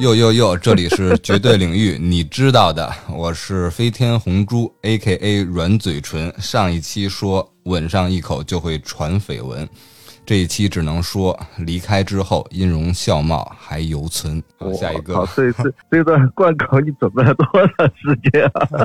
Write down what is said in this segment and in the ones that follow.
哟，这里是绝对领域，你知道的，我是飞天红猪 AKA 软嘴唇。上一期说吻上一口就会传绯闻，这一期只能说离开之后音容笑貌还犹存。好，下一个。 好，这段贯口你准备了多长时间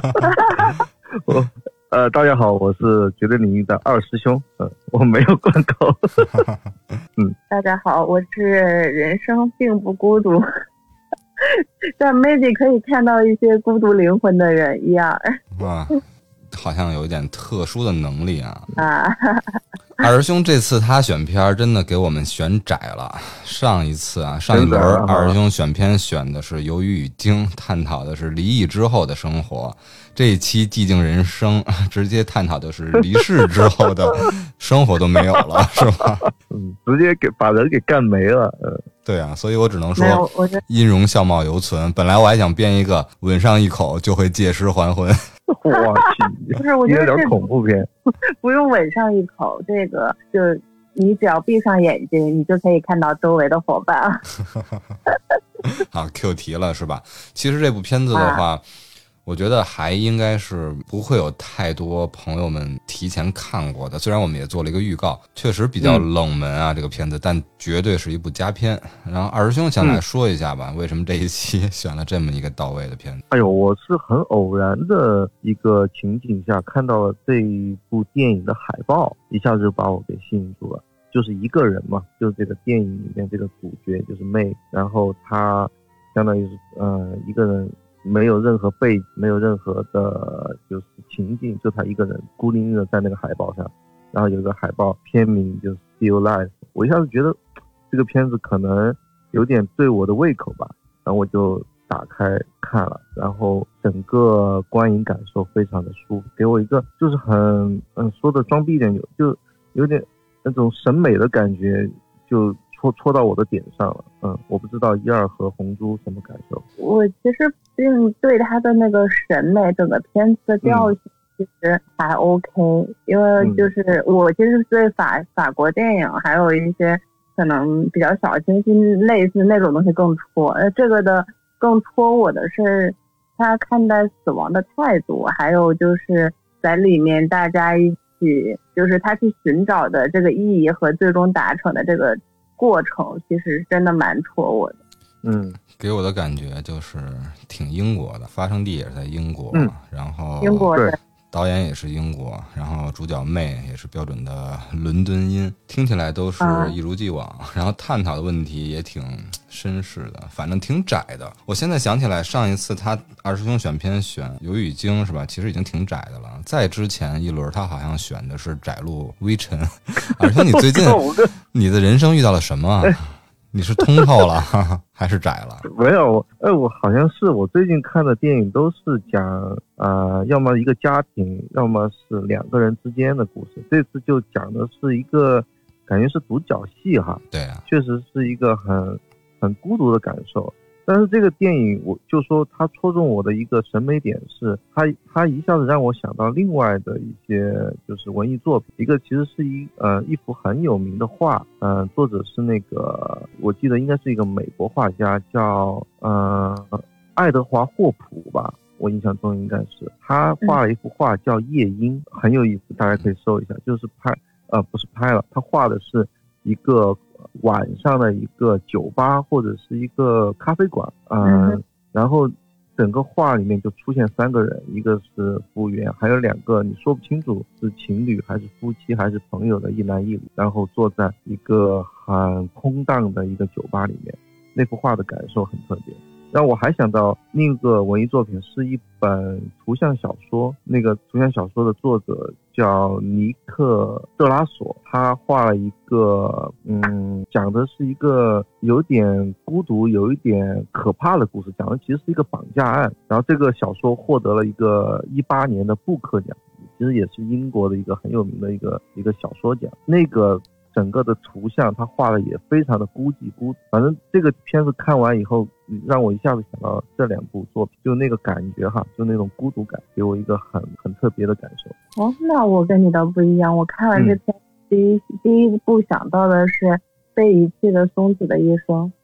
啊？大家好，我是绝对领域的二师兄，我没有贯口。 大家好，我是人生并不孤独，在 Magic 可以看到一些孤独灵魂的人一样。 哇，好像有一点特殊的能力啊！ 二师兄这次他选片真的给我们选窄了。上一轮二师兄选片选的是《鱿鱼与鲸》，探讨的是离异之后的生活。这一期《寂静人生》直接探讨的是离世之后的生活都没有了，是吧？ 直接把人给干没了。 对啊，所以我只能说音容笑貌犹存。本来我还想编一个吻上一口就会借尸还魂。 我去， 不是，我觉得有点恐怖片。 不用吻上一口，这个就你只要闭上眼睛，你就可以看到周围的伙伴。 好 Q 题了是吧？其实这部片子的话，我觉得还应该是不会有太多朋友们提前看过的，虽然我们也做了一个预告，确实比较冷门啊，这个片子，但绝对是一部佳片。然后二师兄先来说一下吧，为什么这一期选了这么一个到位的片子？ 哎呦，我是很偶然的一个情景下看到了这一部电影的海报，一下子就把我给吸引住了。就是一个人嘛，就是这个电影里面这个主角就是妹，然后他相当于是一个人。没有任何背景，没有任何的就是情境，就他一个人孤零零的在那个海报上，然后有一个海报片名就是 Still Life。 我一下子觉得这个片子可能有点对我的胃口吧，然后我就打开看了，然后整个观影感受非常的舒服，给我一个就是很说的装逼一点，就有点那种审美的感觉，就戳到我的点上了。我不知道一二和红猪什么感受。 我其实并对他的那个审美，整个片子的调性其实还 OK，因为就是我其实对法国电影还有一些可能比较小清新类似那种东西更戳。这个的更戳我的是他看待死亡的态度，还有就是在里面大家一起就是他去寻找的这个意义和最终达成的这个过程，其实真的蛮戳我的。 给我的感觉就是挺英国的，发生地也是在英国，然后英国的导演也是英国，然后主角妹也是标准的伦敦音，听起来都是一如既往，然后探讨的问题也挺绅士的，反正挺窄的。我现在想起来，上一次他二师兄选片选《鱿鱼与鲸》是吧？其实已经挺窄的了。在之前一轮他好像选的是窄路微尘。二师兄，你最近你的人生遇到了什么？你是通透了还是窄了？ 没有，我好像是我最近看的电影都是讲要么一个家庭，要么是两个人之间的故事。这次就讲的是一个感觉是独角戏哈。 对啊， 确实是一个很孤独的感受。但是这个电影我就说它戳中我的一个审美点是它一下子让我想到另外的一些就是文艺作品。一个其实是一幅很有名的画，作者是那个我记得应该是一个美国画家叫爱德华霍普吧，我印象中应该是他画了一幅画叫夜莺，很有意思，大家可以搜一下。就是不是拍了，他画的是一个晚上的一个酒吧或者是一个咖啡馆，然后整个画里面就出现三个人，一个是服务员，还有两个你说不清楚是情侣还是夫妻还是朋友的一男一女，然后坐在一个很空荡的一个酒吧里面。那幅画的感受很特别。让我还想到另一个文艺作品是一本图像小说，那个图像小说的作者叫尼克·特拉索，他画了一个讲的是一个有点孤独有一点可怕的故事，讲的其实是一个绑架案。然后这个小说获得了一个18年的布克奖，其实也是英国的一个很有名的一个小说奖。那个整个的图像他画的也非常的孤寂，反正这个片子看完以后让我一下子想到这两部作品，就那个感觉哈，就那种孤独感，给我一个很特别的感受。 那我跟你倒不一样，我看完这片第一部想到的是被遗弃的松子的一生。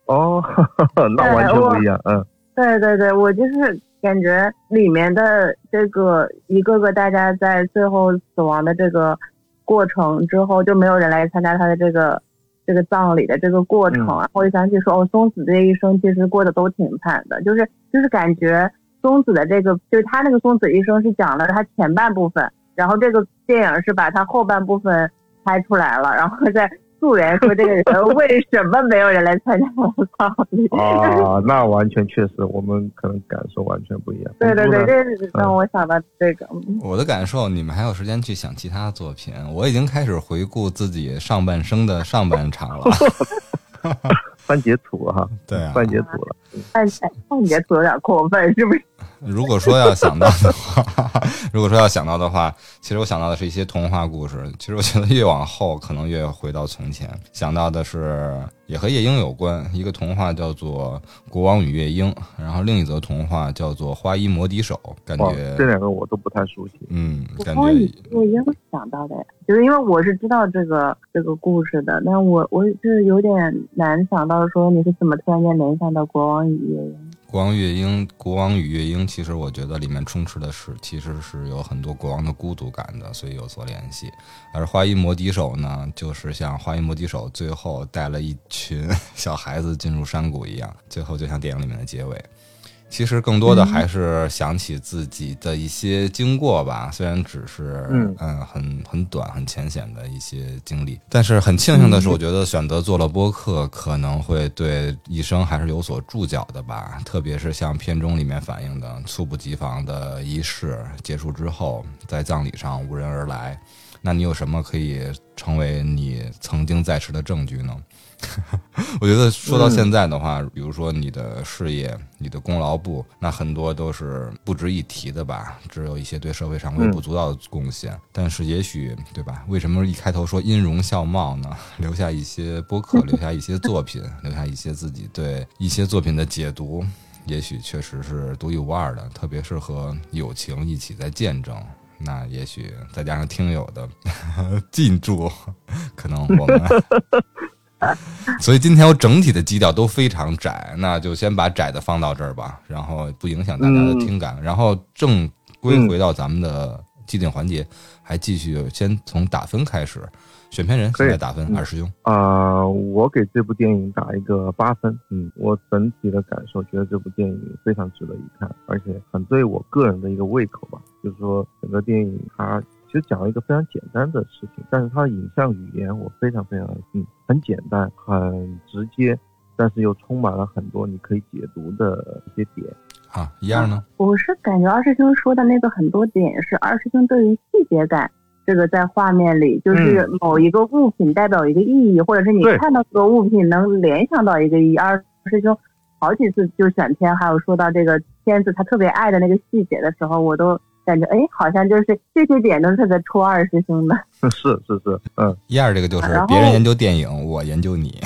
哦，那完全不一样。 对对对，我就是感觉里面的这个一个个大家在最后死亡的这个过程之后，就没有人来参加他的这个葬礼的这个过程啊，我就想起说，松子这一生其实过得都挺惨的，就是感觉松子的这个，就是他那个松子一生是讲了他前半部分，然后这个电影是把他后半部分拍出来了，然后再溯源说这个人为什么没有人来参加我的葬礼啊，那完全确实我们可能感受完全不一样。 对对对，这是让我想到这个。 我的感受，你们还有时间去想其他作品，我已经开始回顾自己上半生的上半场了。 半截土哈， 对啊， 半截土了。 半截土有点过分，是不是？ 如果说要想到的话，其实我想到的是一些童话故事。其实我觉得越往后可能越回到从前。想到的是也和夜莺有关，一个童话叫做《国王与夜莺》，然后另一则童话叫做《花衣魔笛手》。感觉这两个我都不太熟悉。 感觉夜莺想到的呀，就是因为我是知道这个故事的，但我是有点难想到说你是怎么突然间联想到《国王与夜莺》。 国王与夜莺，其实我觉得里面充斥的其实是有很多国王的孤独感的，所以有所联系。而花衣魔笛手呢，就是像花衣魔笛手最后带了一群小孩子进入山谷一样，最后就像电影里面的结尾。其实更多的还是想起自己的一些经过吧，虽然只是很短很浅显的一些经历，但是很庆幸的是，我觉得选择做了播客可能会对一生还是有所注脚的吧，特别是像片中里面反映的猝不及防的仪式结束之后，在葬礼上无人而来，那你有什么可以成为你曾经在世的证据呢？我觉得说到现在的话，比如说你的事业、你的功劳簿，那很多都是不值一提的吧，只有一些对社会上微不足道的贡献。但是也许，对吧？为什么一开头说音容笑貌呢？留下一些播客，留下一些作品，留下一些自己对一些作品的解读，也许确实是独一无二的，特别是和友情一起在见证。那也许再加上听友的进驻，可能我们所以今天我整体的基调都非常窄，那就先把窄的放到这儿吧，然后不影响大家的听感，然后正规回到咱们的既定环节，还继续先从打分开始。选片人现在打分，20兄。 我给这部电影打一个8分。我整体的感受觉得这部电影非常值得一看，而且很对我个人的一个胃口吧。就是说整个电影它其实讲了一个非常简单的事情，但是它的影像语言我非常非常很简单很直接，但是又充满了很多你可以解读的一些点。 一样呢？ 我是感觉二师兄说的那个很多点是二师兄对于细节感，这个在画面里就是某一个物品代表一个意义，或者是你看到这个物品能联想到一个意义。二师兄好几次就选片，还有说到这个片子他特别爱的那个细节的时候，我都感觉好像就是这些点都是特别戳二师兄的。 是 12这个就是别人研究电影，我研究你。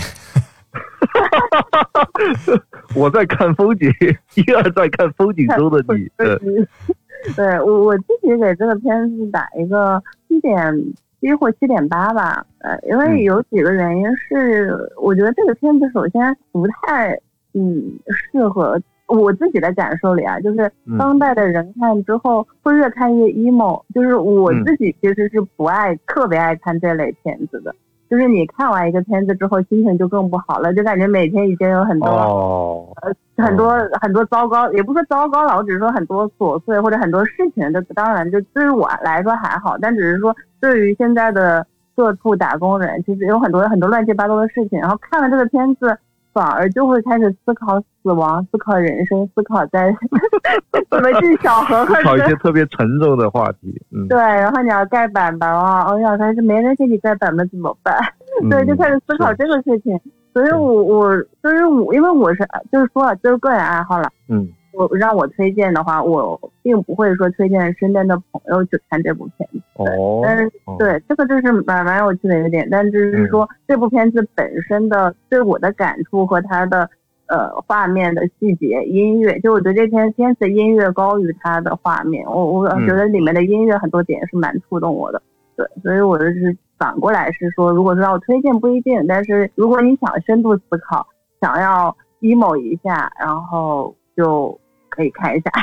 我在看风景，12在看风景中的你。 对，我自己给这个片子打一个7.7或7.8吧。因为有几个原因是，我觉得这个片子首先不太适合我自己的感受里啊，就是当代的人看之后会越看越 emo， 就是我自己其实是特别爱看这类片子的。就是你看完一个片子之后心情就更不好了，就感觉每天已经有很多很多糟糕，也不说糟糕了，我只是说很多琐碎或者很多事情，这当然就对于我来说还好，但只是说对于现在的社畜打工人其实有很多乱七八糟的事情，然后看了这个片子反而就会开始思考死亡，思考人生，思考在怎么去小河思考一些特别沉重的话题。 对，然后你要盖板板啊，要是没人给你盖板板怎么办？对，就开始思考这个事情。所以我因为我是就是说就是个人爱好了。我让我推荐的话，我并不会说推荐身边的朋友去看这部片子。但是对这个就是蛮有趣的一个点，但只是说这部片子本身的对我的感触和它的画面的细节、音乐，就我觉得这片子音乐高于它的画面。我觉得里面的音乐很多点是蛮触动我的。对，所以我就是反过来是说，如果说让我推荐不一定，但是如果你想深度思考， 想要 emo 一下，然后就可以看一下。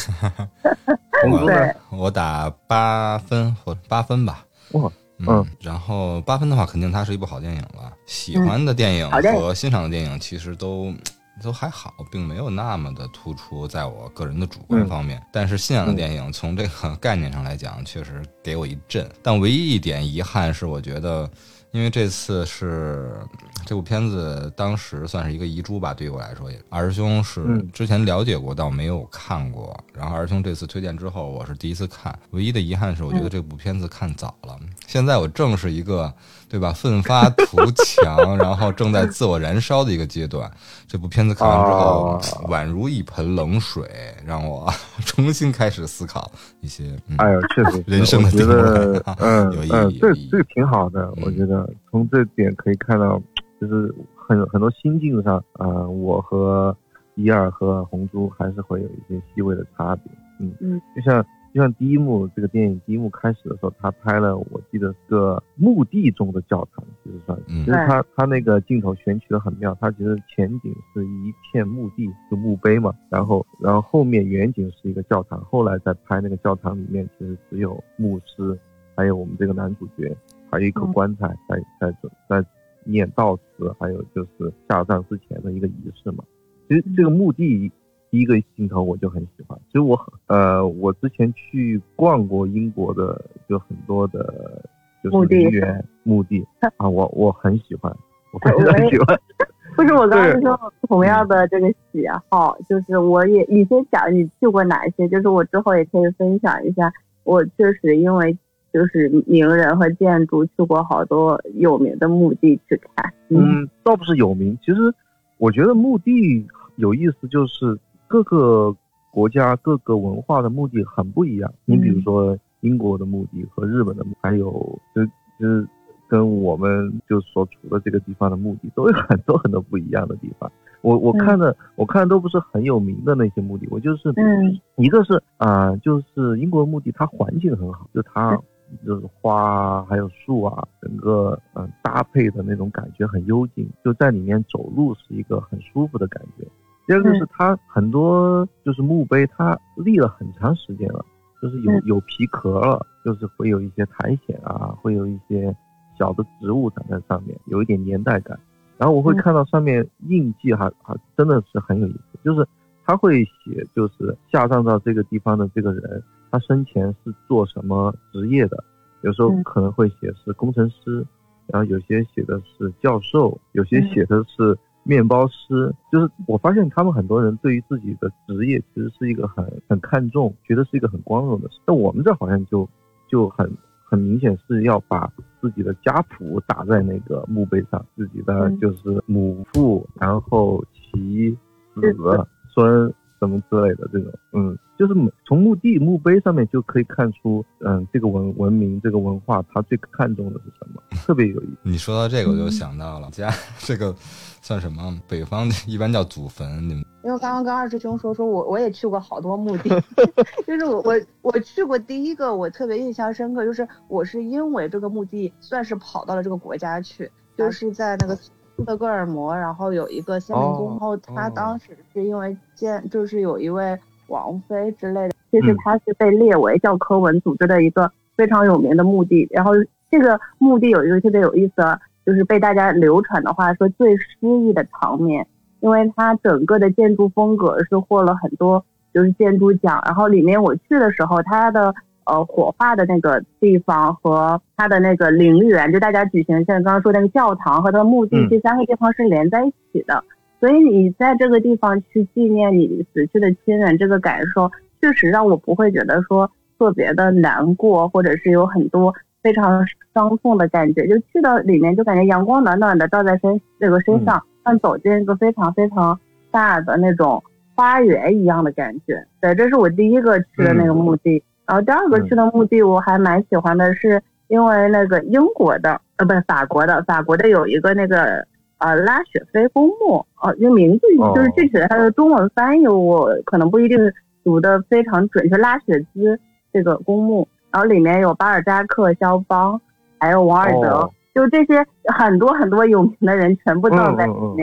对， 我打8分或8分吧。 哇， 然后8分的话，肯定它是一部好电影了。喜欢的电影和欣赏的电影其实都还好，并没有那么的突出，在我个人的主观方面。但是信仰的电影从这个概念上来讲，确实给我一震。但唯一一点遗憾是，我觉得因为这次是这部片子当时算是一个遗珠吧，对于我来说也。二师兄是之前了解过，但我没有看过。然后二师兄这次推荐之后，我是第一次看。唯一的遗憾是，我觉得这部片子看早了。现在我正是一个对吧奋发图强，然后正在自我燃烧的一个阶段。这部片子看完之后，宛如一盆冷水，让我重新开始思考一些哎呦，确实人生的定位。有意义。 这个挺好的，我觉得从这点可以看到，就是很多心境上，我和伊尔和红珠还是会有一些细微的差别。就像第一幕这个电影第一幕开始的时候，他拍了我记得是个墓地中的教堂，其实算是，其实他那个镜头选取的很妙，他其实前景是一片墓地，就墓碑嘛，然后后面远景是一个教堂，后来再拍那个教堂里面其实只有牧师，还有我们这个男主角，还有一口棺材在念悼词，还有就是下葬之前的一个仪式嘛。其实这个墓地第一个镜头我就很喜欢。其实我之前去逛过英国的就很多的就是陵园墓地啊，我很喜欢，我非常喜欢。 不是我刚才说同样的这个喜好，就是你先讲你去过哪些，就是我之后也可以分享一下。我确实因为就是名人和建筑去过好多有名的墓地去看。 倒不是有名，其实我觉得墓地有意思，就是各个国家各个文化的墓地很不一样。你比如说英国的墓地和日本的墓地，还有就是跟我们就所处的这个地方的墓地都有很多很多不一样的地方。我看的都不是很有名的那些墓地，我就是一个是就是英国墓地它环境很好，就它就是花还有树啊，整个搭配的那种感觉很幽静，就在里面走路是一个很舒服的感觉。第二个是它很多就是墓碑它立了很长时间了，就是有皮壳了，就是会有一些苔藓啊，会有一些小的植物长在上面，有一点年代感。然后我会看到上面印记还真的是很有意思，就是他会写就是下葬到这个地方的这个人他生前是做什么职业的，有时候可能会写是工程师，然后有些写的是教授，有些写的是面包师。就是我发现他们很多人对于自己的职业其实是一个很看重，觉得是一个很光荣的事。但我们这好像就很明显是要把自己的家谱打在那个墓碑上，自己的就是母父，然后其子孙什么之类的这种。就是从墓碑上面就可以看出这个文明这个文化它最看重的是什么，特别有意思。 你说到这个我就想到了家这个算什么，北方一般叫祖坟。你们因为刚刚跟二师兄说我也去过好多墓地就是我去过第一个我特别印象深刻，就是我是因为这个墓地算是跑到了这个国家去，就是在那个斯德哥尔摩，然后有一个先民宫，然后他当时是因为就是有一位王妃之类的，其实它是被列为教科文组织的一个非常有名的墓地。然后这个墓地有一个特别有意思的，就是被大家流传的话说最诗意的场面，因为它整个的建筑风格是获了很多就是建筑奖。然后里面我去的时候，它的火化的那个地方和它的那个陵园，就大家举行像刚刚说那个教堂和它的墓地，这三个地方是连在一起的。所以你在这个地方去纪念你死去的亲人，这个感受确实让我不会觉得说特别的难过，或者是有很多非常伤痛的感觉。就去到里面就感觉阳光暖暖的照在身上，像走进一个非常非常大的那种花园一样的感觉。对，这是我第一个去的那个墓地。然后第二个去的墓地我还蛮喜欢的，是因为那个英国的不是法国的有一个那个拉雪菲公墓，这名字就是具体的它的中文翻译我可能不一定读得非常准确，拉雪兹这个公墓。然后里面有巴尔扎克、肖邦还有王尔德，就这些很多很多有名的人全部都在里面。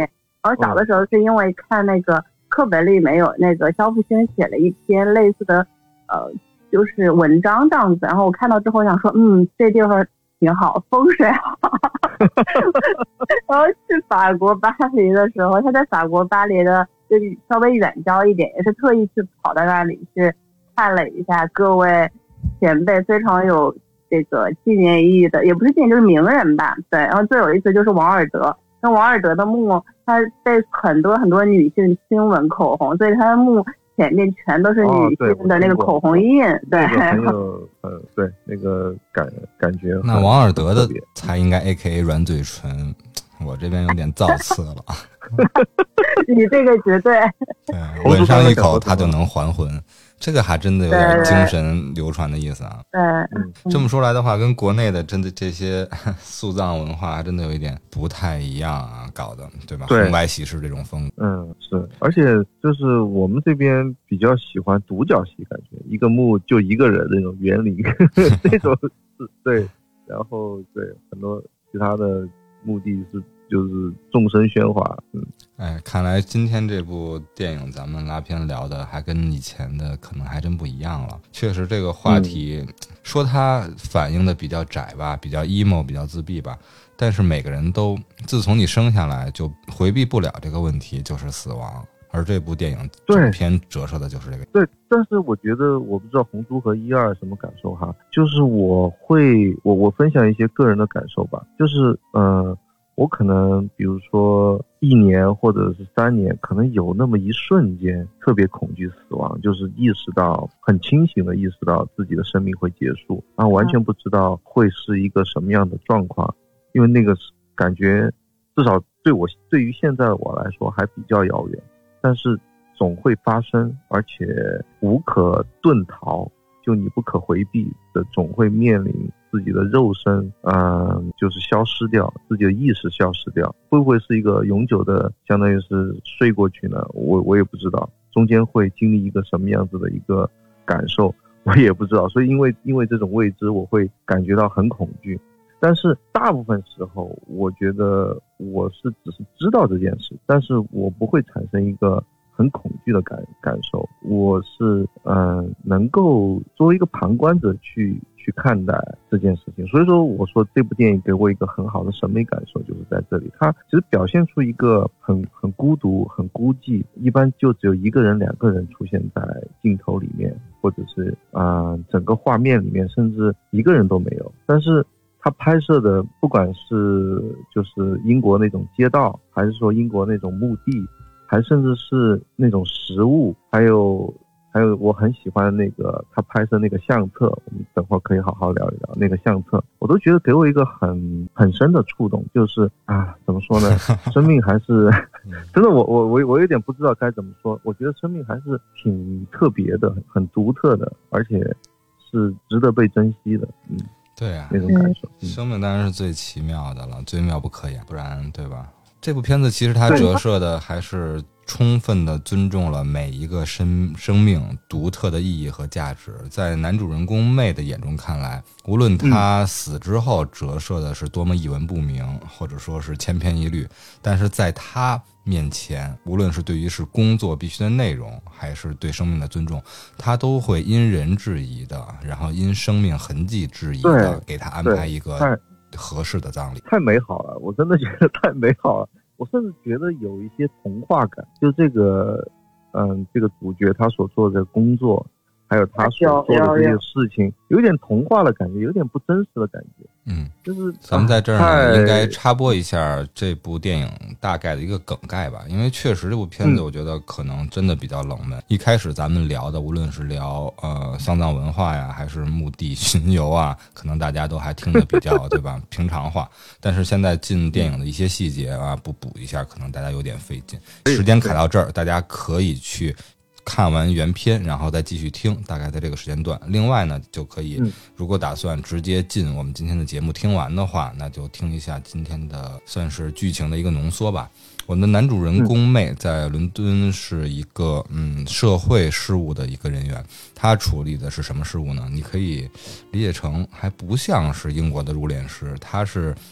然后小的时候是因为看那个课本里面有那个肖复兴写了一篇类似的就是文章这样子，然后我看到之后想说这地方挺好，风水好。然后去法国巴黎的时候，他在法国巴黎的就稍微远郊一点，也是特意去跑到那里去看了一下各位前辈非常有这个纪念意义的，也不是纪念就是名人吧，对。然后最有意思就是王尔德，那王尔德的墓他被很多很多女性亲吻口红，所以他的墓前面全都是女性的那个口红印，对， 很有对那个感觉。 那王尔德的才应该 AKA 软嘴唇，我这边有点造次了。 你这个绝对， 吻上一口他就能还魂，这个还真的有点精神流传的意思啊。 对， 这么说来的话，跟国内的真的这些肃葬文化还真的有一点不太一样啊，搞的对吧？红白喜事这种风格， 是，而且就是我们这边比较喜欢独角戏，感觉一个墓就一个人那种园林那种是对，然后对很多其他的墓地是就是众声喧哗。 看来今天这部电影咱们拉片聊的还跟以前的可能还真不一样了。确实这个话题说它反映的比较窄吧，比较 emo， 比较自闭吧，但是每个人都自从你生下来就回避不了这个问题，就是死亡。而这部电影整篇折射的就是这个。 对，但是我觉得我不知道红猪和1、2什么感受哈，就是我分享一些个人的感受吧，就是我可能比如说1年或者是3年，可能有那么一瞬间特别恐惧死亡，就是很清醒的意识到自己的生命会结束，然后完全不知道会是一个什么样的状况，因为那个感觉至少对于现在的我来说还比较遥远，但是总会发生，而且无可遁逃，就你不可回避的，总会面临自己的肉身就是消失掉，自己的意识消失掉，会不会是一个永久的相当于是睡过去呢？我也不知道，中间会经历一个什么样子的一个感受我也不知道，所以因为这种未知我会感觉到很恐惧。但是大部分时候我觉得我只是知道这件事，但是我不会产生一个很恐惧的感受，我是能够作为一个旁观者去看待这件事情。所以说我说这部电影给我一个很好的审美感受，就是在这里它其实表现出一个很孤独很孤寂，一般就只有1个人2个人出现在镜头里面，或者是整个画面里面甚至1个人都没有，但是他拍摄的不管是就是英国那种街道，还是说英国那种墓地，还甚至是那种食物，还有我很喜欢那个他拍摄那个相册，我们等会儿可以好好聊一聊那个相册，我都觉得给我一个很深的触动，就是怎么说呢，生命还是真的我有点不知道该怎么说，我觉得生命还是挺特别的，很独特的，而且是值得被珍惜的。 对啊， 那种感受， 生命当然是最奇妙的了，最妙不可言，不然对吧？这部片子其实它折射的还是充分的尊重了每一个生命独特的意义和价值。在男主人公妹的眼中看来，无论他死之后折射的是多么一文不名，或者说是千篇一律，但是在他面前，无论是对于是工作必须的内容，还是对生命的尊重，他都会因人制宜的，然后因生命痕迹制宜的给他安排一个合适的葬礼。 太美好了，我真的觉得太美好了，我甚至觉得有一些童话感，就这个主角他所做的工作，还有他所做的这些事情，有点童话的感觉，有点不真实的感觉。就是咱们在这儿呢，应该插播一下这部电影大概的一个梗概吧，因为确实这部片子我觉得可能真的比较冷门。一开始咱们聊的，无论是聊丧葬文化呀，还是墓地巡游啊，可能大家都还听得比较对吧平常化。但是现在进电影的一些细节啊，不补一下，可能大家有点费劲。时间卡到这儿，大家可以去看完原片然后再继续听，大概在这个时间段。另外呢，就可以如果打算直接进我们今天的节目听完的话，那就听一下今天的算是剧情的一个浓缩吧。我们的男主人公妹在伦敦是一个社会事务的一个人员，他处理的是什么事务呢？你可以理解成还不像是英国的入殓师，他是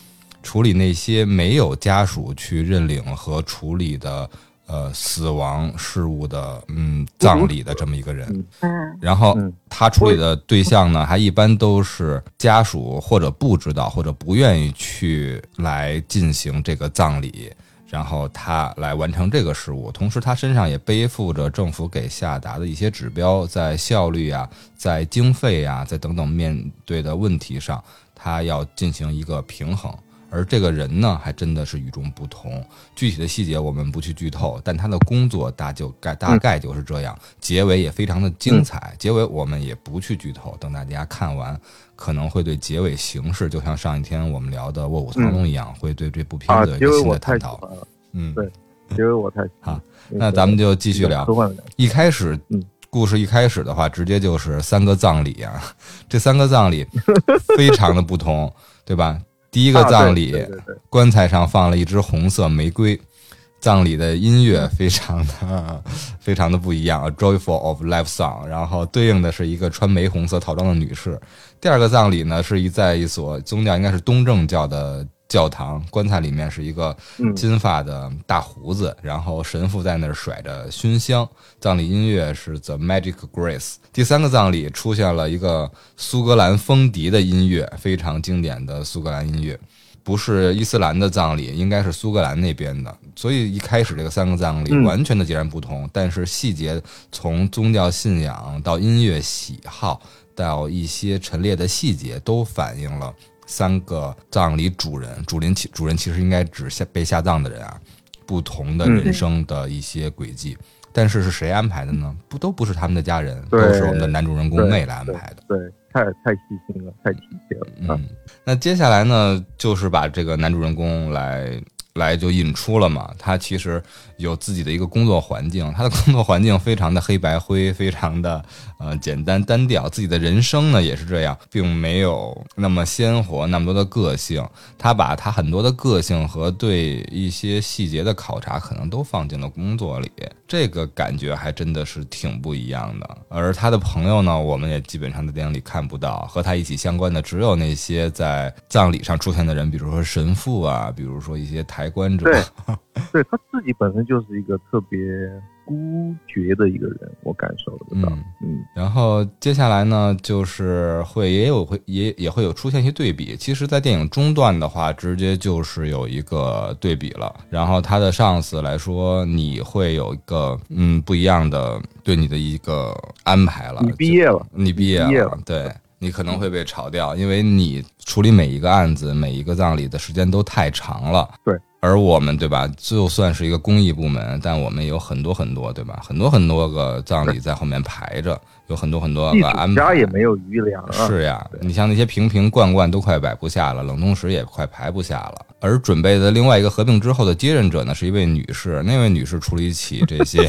处理那些没有家属去认领和处理的死亡事务的葬礼的这么一个人。然后他处理的对象呢，还一般都是家属或者不知道或者不愿意去来进行这个葬礼，然后他来完成这个事务。同时他身上也背负着政府给下达的一些指标，在效率啊，在经费啊，在等等面对的问题上，他要进行一个平衡。而这个人呢，还真的是与众不同。具体的细节我们不去剧透，但他的工作大概就是这样。结尾也非常的精彩，结尾我们也不去剧透，等大家看完可能会对结尾形式，就像上一天我们聊的《卧虎藏龙》一样，会对这部片子有一个新的探讨。 对，结尾我太喜欢。 好，那咱们就继续聊。一开始，故事一开始的话，直接就是3个葬礼啊，这3个葬礼非常的不同，对吧？第一个葬礼，棺材上放了一支红色玫瑰，葬礼的音乐非常的不一样 ，A Joyful of Life Song， 然后对应的是一个穿玫红色套装的女士。第二个葬礼呢，是在一所宗教，应该是东正教的教堂，棺材里面是一个金发的大胡子，然后神父在那儿甩着熏香，葬礼音乐是 The Magic Grace。 第3个葬礼出现了一个苏格兰风笛的音乐，非常经典的苏格兰音乐，不是伊斯兰的葬礼，应该是苏格兰那边的。所以一开始这个3个葬礼完全的截然不同，但是细节从宗教信仰到音乐喜好到一些陈列的细节，都反映了3个葬礼主人其实应该指被下葬的人啊，不同的人生的一些轨迹。但是谁安排的呢？都不是他们的家人，都是我们的男主人公妹来安排的。 对，太细心了，太体贴了。 那接下来呢，就是把这个男主人公来就引出了嘛。他其实有自己的一个工作环境，他的工作环境非常的黑白灰，非常的简单单调。自己的人生呢也是这样，并没有那么鲜活，那么多的个性。他把他很多的个性和对一些细节的考察，可能都放进了工作里。这个感觉还真的是挺不一样的。而他的朋友呢，我们也基本上在电影里看不到，和他一起相关的只有那些在葬礼上出现的人，比如说神父啊，比如说一些抬棺者。 对，他自己本身就是一个特别孤绝的一个人，我感受得到。 然后接下来呢，就是也会有出现一些对比。其实在电影中段的话，直接就是有一个对比了。然后他的上司来说，你会有一个不一样的对你的一个安排了。 你毕业了， 对，你可能会被炒掉，因为你处理每一个案子、每一个葬礼的时间都太长了。 对。 而我们对吧，就算是一个公益部门，但我们有很多对吧，很多个葬礼在后面排着，有很多个安排， 家也没有余粮啊。 是呀，你像那些瓶罐都快摆不下了，冷冻室也快排不下了。而准备的另外一个合并之后的接任者呢，是一位女士，那位女士处理起这些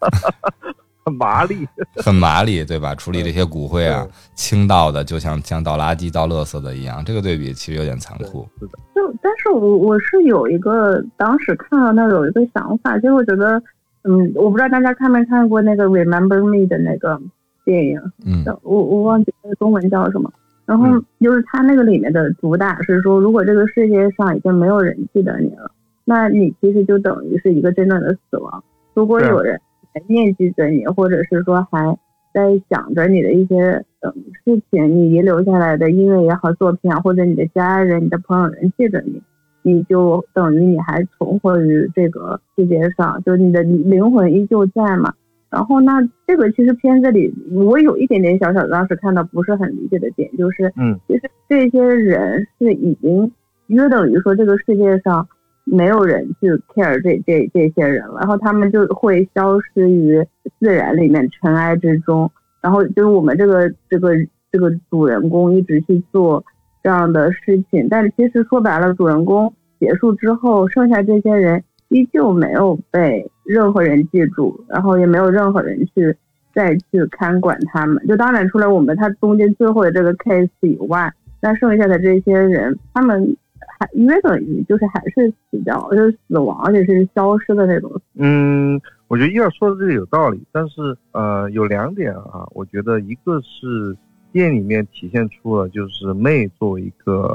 很麻利，对吧？处理这些骨灰啊，轻到的就像倒垃圾、倒垃圾的一样，这个对比其实有点残酷。 是的。 但是我是有一个当时看到那有一个想法，其实我觉得，我不知道大家看没看过那个 Remember Me 的那个电影，我忘记那个中文叫什么。然后就是他那个里面的主打是说，如果这个世界上已经没有人记得你了，那你其实就等于是一个真正的死亡。如果有人还念记着你，或者是说还在想着你的一些事情，你遗留下来的音乐也好，作品啊，或者你的家人、你的朋友人记着你，你就等于你还存活于这个世界上，就你的灵魂依旧在嘛。然后那这个其实片子里我有一点点小小的当时看到不是很理解的点，就是其实这些人是已经约等于说这个世界上没有人去 care 这些人了，然后他们就会消失于自然里面尘埃之中，然后就是我们这个主人公一直去做这样的事情，但是其实说白了，主人公结束之后，剩下这些人依旧没有被任何人记住，然后也没有任何人再去看管他们。就当然除了他中间最后的这个 case 以外，那剩下的这些人，他们还约等于就是还是死掉，就是死亡，而且是消失的那种。 我觉得伊尔说的这个有道理，但是有2点啊，我觉得一个是电影里面体现出了就是妹作为一个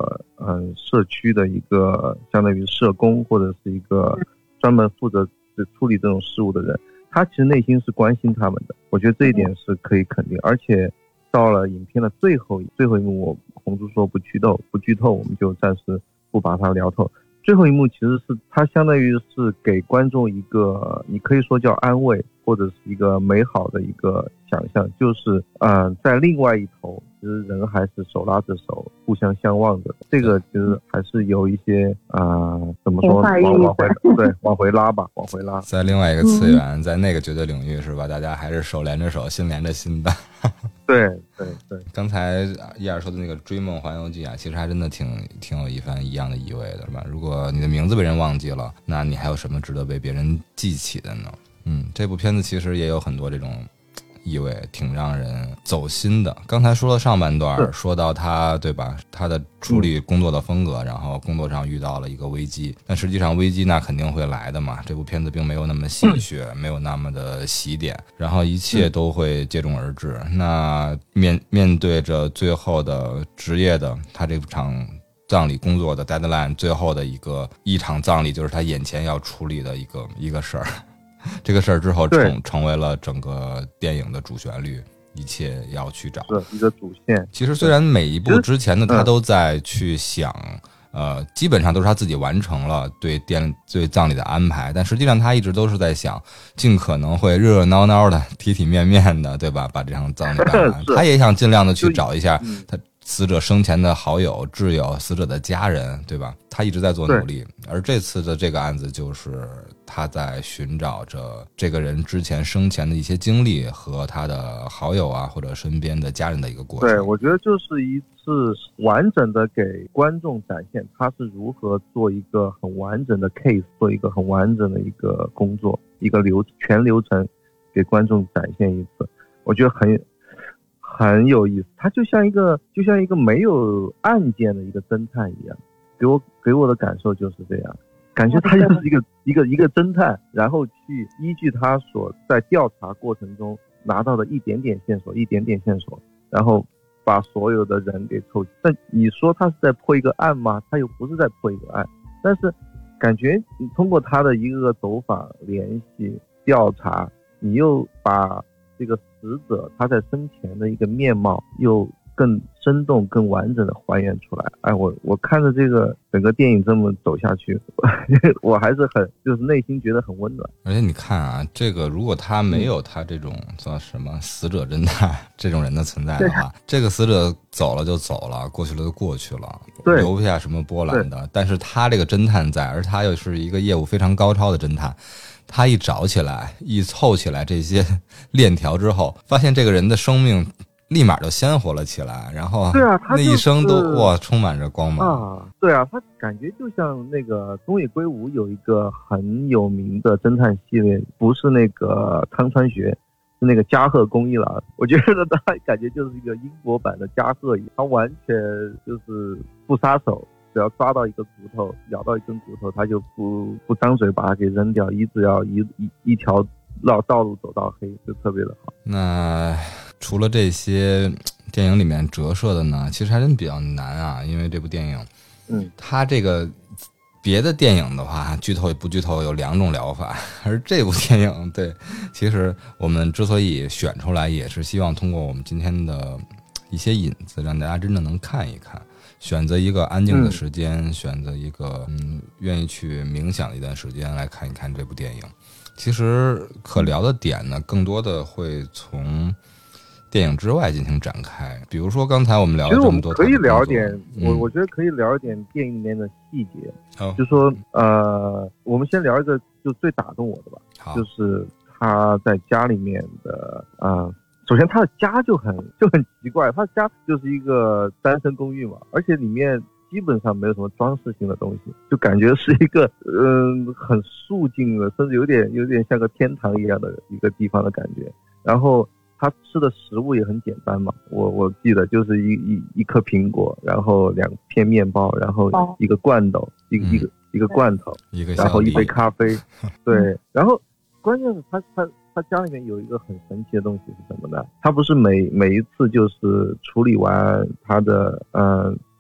社区的一个相当于社工或者是一个专门负责处理这种事务的人，他其实内心是关心他们的，我觉得这一点是可以肯定。而且到了影片的最后一幕，我红猪说不剧透，我们就暂时不把它聊透。最后一幕其实是它相当于是给观众一个你可以说叫安慰或者是一个美好的一个想象，就是在另外一头其实人还是手拉着手互相相望着，这个其实还是有一些怎么说往回拉吧，往回拉。 在另外一个次元，在那个绝对领域是吧，大家还是手连着手心连着心的。 对， 刚才伊尔说的那个追梦环游记啊，其实还真的挺有一番一样的意味的，是吧？如果你的名字被人忘记了，那你还有什么值得被别人记起的呢？这部片子其实也有很多这种意味，挺让人走心的。刚才说了上半段，说到他对吧，他的处理工作的风格，然后工作上遇到了一个危机，但实际上危机那肯定会来的嘛。这部片子并没有那么戏谑，没有那么的洗点，然后一切都会接踵而至。那面对着最后的职业的他这场葬礼工作的 deadline， 最后的一场葬礼就是他眼前要处理的一个事儿。这个事儿之后成为了整个电影的主旋律，一切要去找一个主线。 其实虽然每一部之前的他都在去想，基本上都是他自己完成了对葬礼的安排，但实际上他一直都是在想，尽可能会热热闹闹的、体体面面的，对吧？把这场葬礼办完。他也想尽量的去找一下他死者生前的好友、挚友、死者的家人，对吧？他一直在做努力，而这次的这个案子就是他在寻找着这个人之前生前的一些经历和他的好友啊或者身边的家人的一个过程。 对，我觉得就是一次完整的给观众展现他是如何做一个很完整的 case， 做一个很完整的一个工作，一个全流程给观众展现一次，我觉得很有意思。他就像一个没有案件的一个侦探一样，给我的感受就是这样，感觉他就是一个侦探，然后去依据他所在调查过程中拿到的一点点线索，然后把所有的人给凑齐。但你说他是在破一个案吗？他又不是在破一个案，但是感觉你通过他的一个走访、联系、调查，你又把这个死者他在生前的一个面貌又更生动、更完整的还原出来。哎，我看着这个整个电影这么走下去，我还是就是内心觉得很温暖。 而且你看啊，这个如果他没有他这种叫什么死者侦探这种人的存在的话，这个死者走了就走了，过去了就过去了，留不下什么波澜的。但是他这个侦探在，而他又是一个业务非常高超的侦探。他一找起来，一凑起来这些链条之后，发现这个人的生命立马就鲜活了起来，然后那一生都充满着光芒啊！对啊，他感觉就像那个东野圭吾有一个很有名的侦探系列，不是那个汤川学，是那个加贺恭一郎。我觉得他感觉就是一个英国版的加贺一样，他完全就是不撒手。只要抓到一个骨头，咬到一根骨头，他就不张嘴把它给扔掉，只要一条道路走到黑，就特别的好。 那除了这些电影里面折射的呢，其实还真比较难啊，因为这部电影，它这个别的电影的话，剧透与不剧透有两种疗法，而这部电影，对，其实我们之所以选出来，也是希望通过我们今天的一些引子，让大家真的能看一看。选择一个安静的时间，选择一个愿意去冥想的一段时间来看一看这部电影。其实可聊的点呢，更多的会从电影之外进行展开。比如说刚才我们聊了这么多， 其实我们可以聊一点，我觉得可以聊一点电影里面的细节。就说我们先聊一个就最打动我的吧，就是他在家里面的首先他的家就很奇怪，他的家就是一个单身公寓嘛，而且里面基本上没有什么装饰性的东西，就感觉是一个很肃静的，甚至有点像个天堂一样的一个地方的感觉。然后他吃的食物也很简单嘛，我记得就是一颗苹果，然后2片面包，然后一个罐头，一个罐头，然后一杯咖啡，对，然后关键是他家里面有一个很神奇的东西是什么呢？他不是每一次就是处理完他的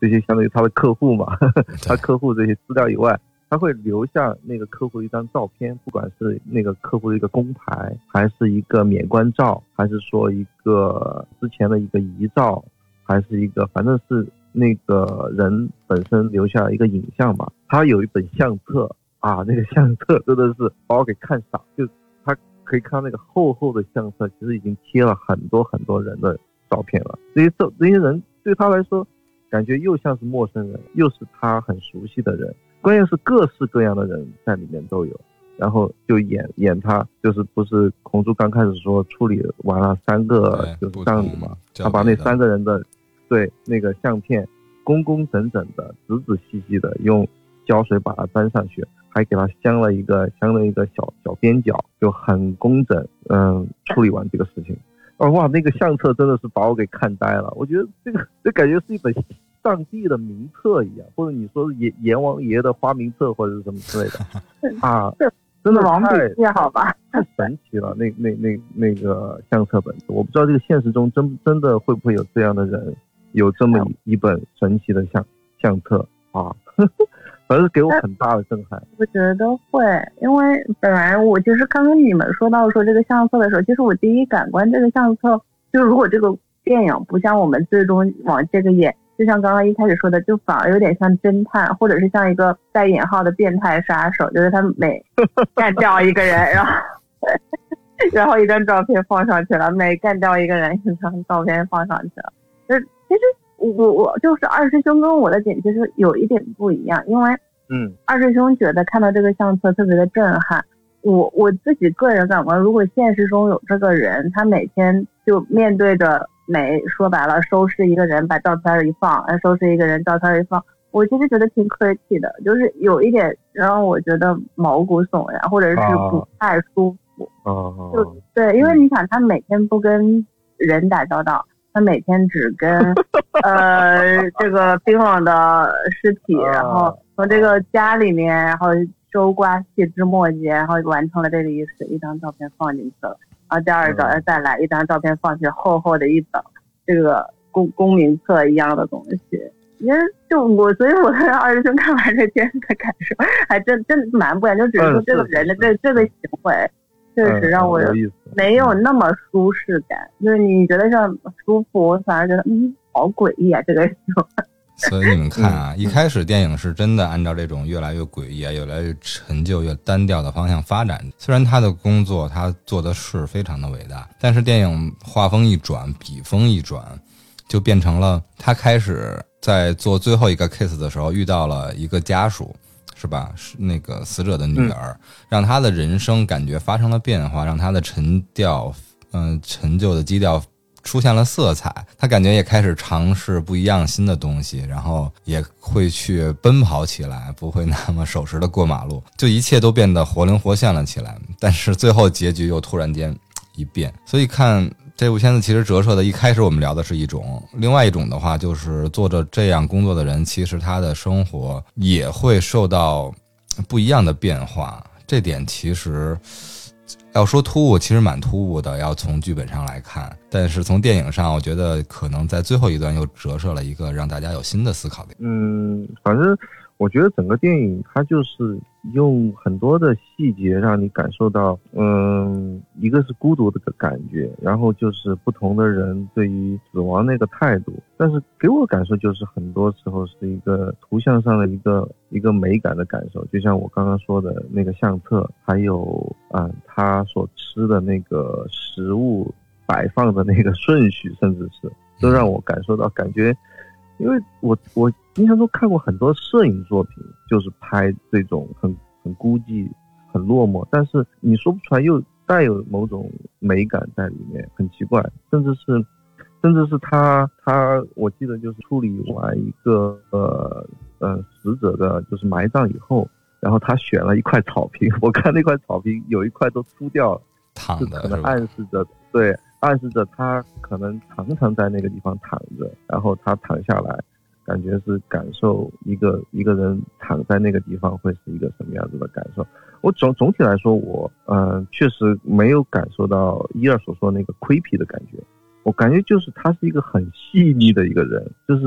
这些相当于他的客户嘛，他客户这些资料以外，他会留下那个客户的一张照片，不管是那个客户的一个工牌，还是一个免冠照，还是说一个之前的一个遗照，还是一个反正是那个人本身留下一个影像吧。他有一本相册啊，那个相册真的是把我给看傻，就他可以看那个厚厚的相册，其实已经贴了很多很多人的照片了。这些人对他来说，感觉又像是陌生人，又是他很熟悉的人。关键是各式各样的人在里面都有，然后就演他，就是不是孔朱刚开始说处理完了3个就是葬礼嘛，他把那3个人的对那个相片工工整整的、仔仔细细的用胶水把它粘上去，还给它镶了一个小边角，就很工整。处理完这个事情，哇，那个相册真的是把我给看呆了。我觉得这感觉是一本上帝的名册一样，或者你说阎王爷的花名册或者是什么之类的啊，真的太好吧， 太神奇了。那个相册本子，我不知道这个现实中真的会不会有这样的人，有这么一本神奇的相册啊。反正给我很大的震撼。 我觉得会，因为本来我其实刚刚你们说到说这个相册的时候，其实我第一感官这个相册，就是如果这个电影不像我们最终往这个演，就像刚刚一开始说的，就反而有点像侦探，或者是像一个带引号的变态杀手，就是他每干掉一个人，然后一张照片放上去了，每干掉一个人一张照片放上去了。其实我就是二师兄跟我的点其实有一点不一样，因为二师兄觉得看到这个相册特别的震撼。我自己个人感官，如果现实中有这个人，他每天就面对着说白了收拾一个人，把照片一放，收拾一个人照片一放，我其实觉得挺可气的，就是有一点让我觉得毛骨悚然，或者是不太舒服。就对，因为你想他每天不跟人打交道，他每天只跟这个冰冷的尸体，然后从这个家里面，然后周刮细枝末节，然后完成了这个仪式，一张照片放进去了，然后第二张再来一张照片放去，厚厚的一本这个公民册一样的东西。因为所以我跟二师兄看完这片的感受还真蛮不一样，就只是说这个人的这个行为确实让我没有那么舒适感，就是你觉得像舒服，我反而觉得好诡异啊这个人。 所以你们看啊，一开始电影是真的按照这种越来越诡异啊、越来越陈旧、越单调的方向发展。虽然他的工作他做的是非常的伟大，但是电影画风一转，笔锋一转，就变成了他开始在做最后一个 case 的时候遇到了一个家属，是吧？是那个死者的女儿，让他的人生感觉发生了变化，让他的陈旧的基调出现了色彩，他感觉也开始尝试不一样新的东西，然后也会去奔跑起来，不会那么守时的过马路，就一切都变得活灵活现了起来。但是最后结局又突然间一变，所以看这部片子其实折射的，一开始我们聊的是一种，另外一种的话就是做着这样工作的人，其实他的生活也会受到不一样的变化。这点其实要说突兀，其实蛮突兀的，要从剧本上来看，但是从电影上我觉得可能在最后一段又折射了一个让大家有新的思考点。 反正我觉得整个电影它就是用很多的细节让你感受到一个是孤独的感觉，然后就是不同的人对于死亡那个态度，但是给我的感受就是很多时候是一个图像上的一个美感的感受，就像我刚刚说的那个相册，还有他所吃的那个食物摆放的那个顺序，甚至是都让我感受到感觉。因为我印象中看过很多摄影作品，就是拍这种很孤寂、很落寞，但是你说不出来又带有某种美感在里面，很奇怪。甚至是他，我记得就是处理完一个死者的就是埋葬以后，然后他选了一块草坪，我看那块草坪有一块都秃掉了， 躺的可能暗示着他可能常常在那个地方躺着，然后他躺下来，感觉是感受一个人躺在那个地方会是一个什么样子的感受。我总体来说，我确实没有感受到一二所说的那个 creepy 的感觉，我感觉就是他是一个很细腻的一个人，就是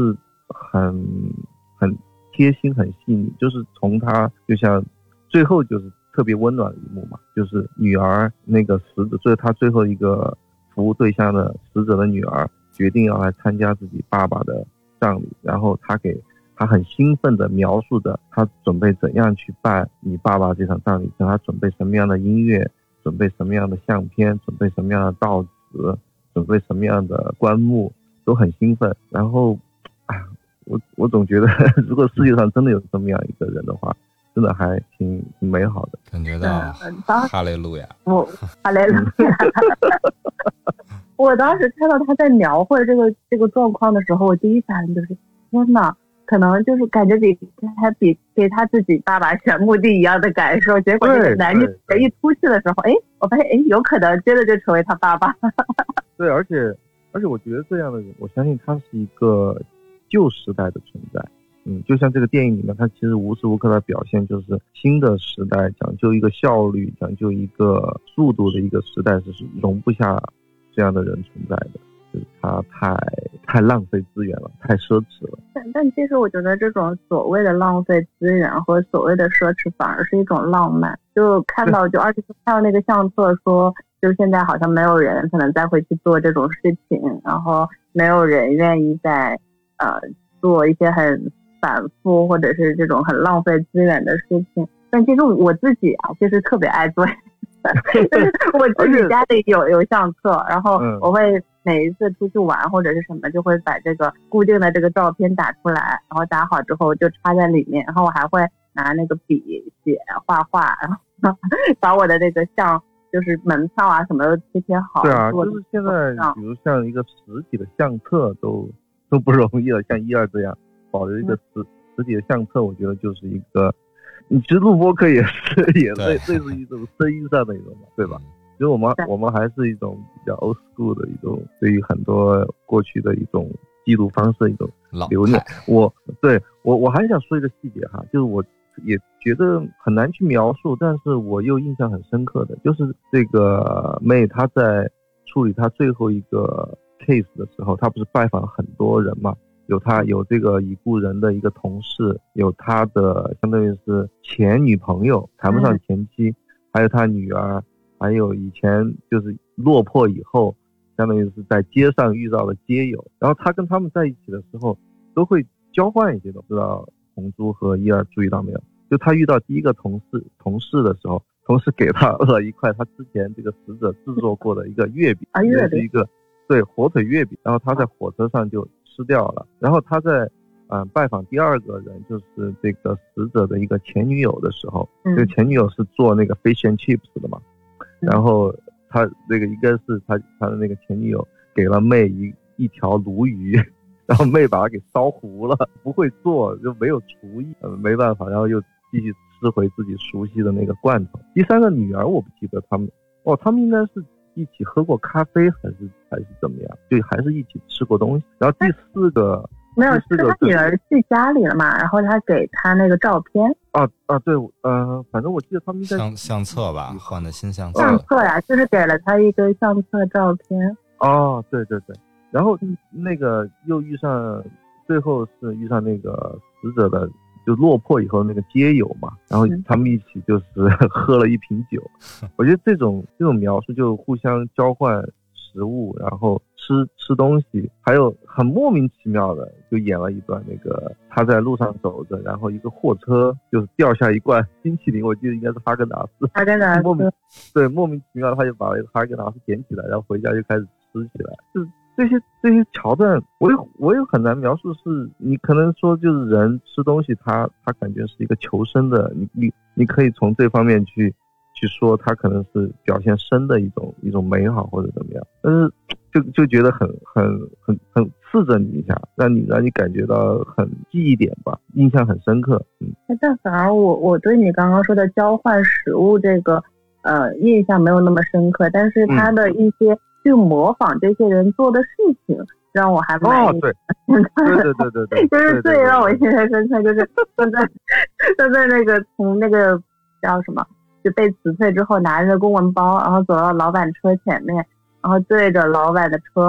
很贴心很细腻，就是从他就像最后就是特别温暖的一幕嘛，就是女儿那个死者，所以他最后一个服务对象的死者的女儿决定要来参加自己爸爸的葬礼，然后他很兴奋地描述着他准备怎样去办你爸爸这场葬礼，他准备什么样的音乐，准备什么样的相片，准备什么样的悼词，准备什么样的棺木，都很兴奋。然后我总觉得如果世界上真的有这么样一个人的话，真的还挺美好的， 感觉到哈雷路亚， 哈雷路亚。我当时看到他在描绘这个状况的时候，我第一反应就是天哪，可能就是感觉比他自己爸爸选墓地一样的感受。结果这个男女人一出去的时候，我发现有可能真的就成为他爸爸。 对，而且我觉得这样的人，我相信他是一个旧时代的存在。就像这个电影里面，它其实无时无刻的表现就是新的时代讲究一个效率，讲究一个速度的一个时代是容不下这样的人存在的，就是他太浪费资源了，太奢侈了。 但其实我觉得这种所谓的浪费资源和所谓的奢侈反而是一种浪漫。就看到而且看到那个相册说，就是现在好像没有人可能再会去做这种事情，然后没有人愿意再做一些很反复或者是这种很浪费资源的事情。但其实我自己其实特别爱做就是我自己家里有相册，然后我会每一次出去玩或者是什么，就会把这个固定的这个照片打出来，然后打好之后就插在里面，然后我还会拿那个笔写画画，然后把我的那个就是门票什么都贴好。 对啊，就是现在比如像一个实体的相册都不容易了，像12这样保留一个实体的相册，我觉得就是一个，你其实录播课也类似于一种声音上的一种嘛，对吧？其实我们还是一种比较 old school 的一种对于很多过去的一种记录方式的一种留念。我还想说一个细节就是我也觉得很难去描述，但是我又印象很深刻的，就是这个妹她在处理她最后一个 case 的时候，她不是拜访了很多人嘛？有这个已故人的一个同事，有他的相当于是前女朋友，谈不上前妻，还有他女儿，还有以前就是落魄以后相当于是在街上遇到的街友，然后他跟他们在一起的时候都会交换一些的，不知道红珠和伊尔注意到没有？就他遇到第一个同事的时候，同事给他了一块他之前这个死者制作过的一个月饼，是一个火腿月饼，然后他在火车上就吃掉了。然后他在拜访第二个人，就是这个死者的一个前女友的时候，这个前女友是做那个 fish and chips 的嘛，然后他那个应该是他的那个前女友给了妹一条鲈鱼，然后妹把它给烧糊了，不会做就没有厨艺，没办法，然后又继续吃回自己熟悉的那个罐头。第三个女儿我不记得他们应该是一起喝过咖啡还是怎么样，就还是一起吃过东西。然后第四个没有，是他女儿去家里了嘛，然后他给他那个照片对，反正我记得他们应该相册吧，换的新相册呀，就是给了他一个相册照片。 对，然后那个又最后是遇上那个死者的就落魄以后那个街友嘛，然后他们一起就是喝了一瓶酒。我觉得这种描述就互相交换食物，然后吃东西，还有很莫名其妙的就演了一段那个他在路上走着，然后一个货车就是掉下一罐冰淇淋，我记得应该是哈根达斯，莫名其妙他就把那个哈根达斯捡起来，然后回家就开始吃起来。就是这些桥段我也很难描述，是你可能说就是人吃东西他感觉是一个求生的，你可以从这方面去说他可能是表现生的一种美好或者怎么样，但是就觉得很刺着你一下，让你感觉到很记忆点吧，印象很深刻。 但反而我对你刚刚说的交换食物这个印象没有那么深刻，但是他的一些去模仿这些人做的事情让我还蛮对， 就是最让我印象深刻，就是他在那个从那个叫什么就被辞退之后拿着公文包，然后走到老板车前面，然后对着老板的车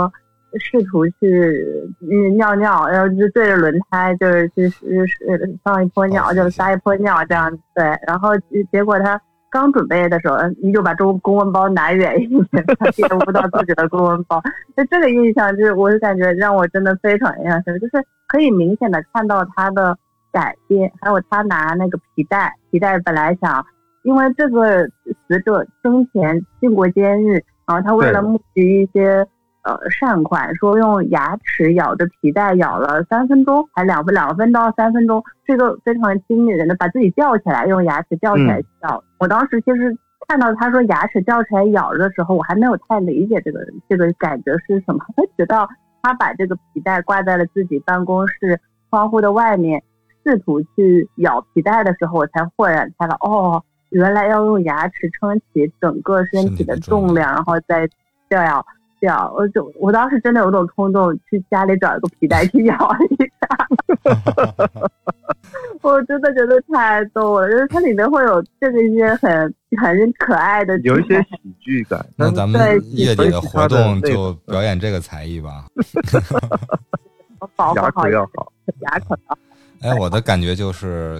试图去尿尿，然后就对着轮胎就是放一泼尿，就撒一泼尿这样。对，然后结果他刚准备的时候，你就把公文包拿远一点，他见不到自己的公文包。就这个印象，就是我就感觉让我真的非常印象深刻，就是可以明显的看到他的改变，还有他拿那个皮带本来想，因为这个死者生前进过监狱，然后他为了募集一些善款，说用牙齿咬着皮带咬了3分钟，还2分到3分钟，这个非常惊人的把自己吊起来，用牙齿吊起来咬。我当时其实看到他说牙齿吊起来咬的时候，我还没有太理解这个感觉是什么，直到他把这个皮带挂在了自己办公室窗户的外面，试图去咬皮带的时候，我才豁然开朗，哦，原来要用牙齿撑起整个身体的重量，然后再吊。我当时真的有种冲动去家里找一个皮带去咬一下。我真的觉得太逗了，就是它里面会有这个一些很可爱的， 有一些喜剧感。 那咱们夜里的活动就表演这个才艺吧。 牙口要好， 牙口要好。 哎，我的感觉就是，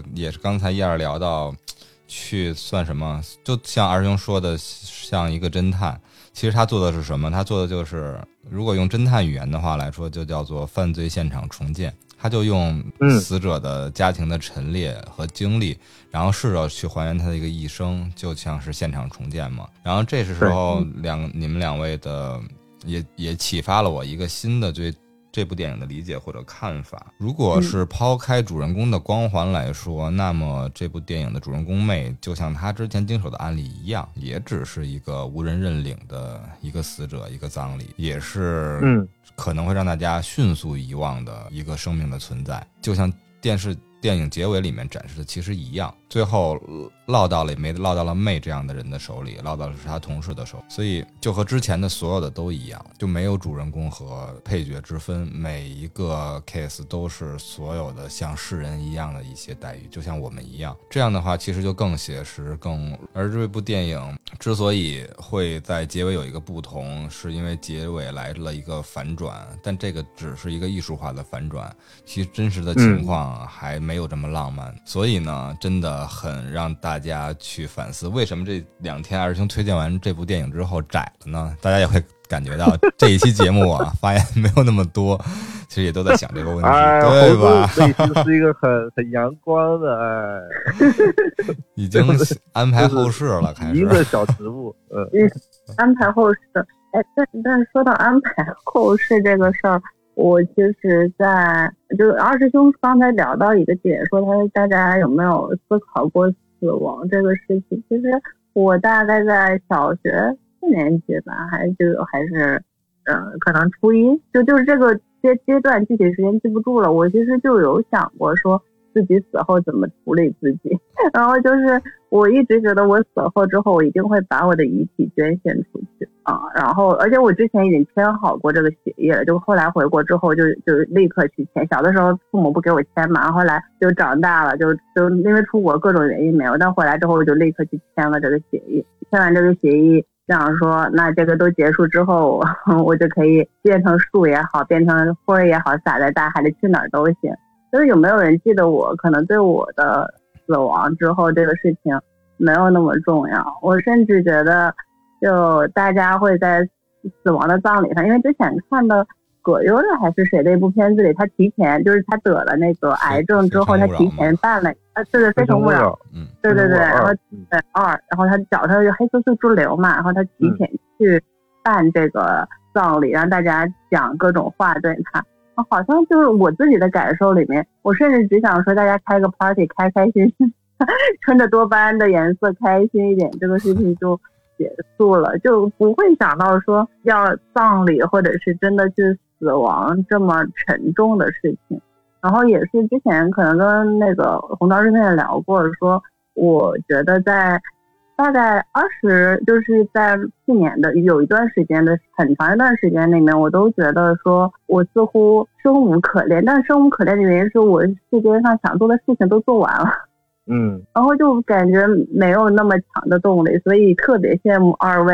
也是刚才燕儿聊到，去算什么？就像二师兄说的，像一个侦探。其实他做的是什么？他做的就是，如果用侦探语言的话来说，就叫做犯罪现场重建。他就用死者的家庭的陈列和经历，然后试着去还原他的一个一生，就像是现场重建嘛。然后这时候你们两位的也启发了我一个新的对这部电影的理解或者看法。如果是抛开主人公的光环来说，那么这部电影的主人公妹就像他之前经手的案例一样，也只是一个无人认领的一个死者，一个葬礼，也是可能会让大家迅速遗忘的一个生命的存在，就像电影结尾里面展示的其实一样，最后落到了妹这样的人的手里，落到了是他同事的手，所以就和之前的所有的都一样，就没有主人公和配角之分，每一个 case 都是所有的像世人一样的一些待遇，就像我们一样。这样的话其实就更写实而这部电影之所以会在结尾有一个不同，是因为结尾来了一个反转，但这个只是一个艺术化的反转，其实真实的情况还没有这么浪漫。所以呢，真的很让大家去反思，为什么这2天二师兄推荐完这部电影之后窄了呢？大家也会感觉到这一期节目啊发言没有那么多，其实也都在想这个问题，对吧？ 内心是一个很阳光的， 已经安排后事了，开始一个小植物， 安排后事。哎，但是说到安排后事这个事儿，我其实就是二师兄刚才聊到一个点，说大家有没有思考过死亡这个事情？其实我大概在小学4年级吧，还是可能初一，就是这个阶段具体时间记不住了。我其实就有想过说自己死后怎么处理自己，然后就是我一直觉得我死后之后，我一定会把我的遗体捐献出去啊。然后而且我之前已经签好过这个协议了，就后来回国之后就立刻去签。小的时候父母不给我签嘛，后来就长大了，就因为出国各种原因没有，但回来之后我就立刻去签了这个协议。签完这个协议，这样说，那这个都结束之后，我就可以变成树也好，变成花也好，洒在大海里，去哪儿都行。就是有没有人记得我，可能对我的死亡之后这个事情没有那么重要。我甚至觉得就大家会在死亡的葬礼上，因为之前看的葛优的还是谁的一部片子里，他提前就是他得了那个癌症之后，他提前办了对非诚勿扰，对，然后然后他脚上有黑色素肿瘤嘛，然后他提前去办这个葬礼，让大家讲各种话对他。好像就是我自己的感受里面，我甚至只想说大家开个 party， 开心心，穿着多巴胺的颜色，开心一点，这个事情就结束了，就不会想到说要葬礼或者是真的去死亡这么沉重的事情。然后也是之前可能跟那个红刀师妹聊过，说我觉得在大概就是在去年的有一段时间的很长一段时间里面，我都觉得说我似乎生无可恋，但生无可恋的原因是我世界上想做的事情都做完了，然后就感觉没有那么强的动力，所以特别羡慕二位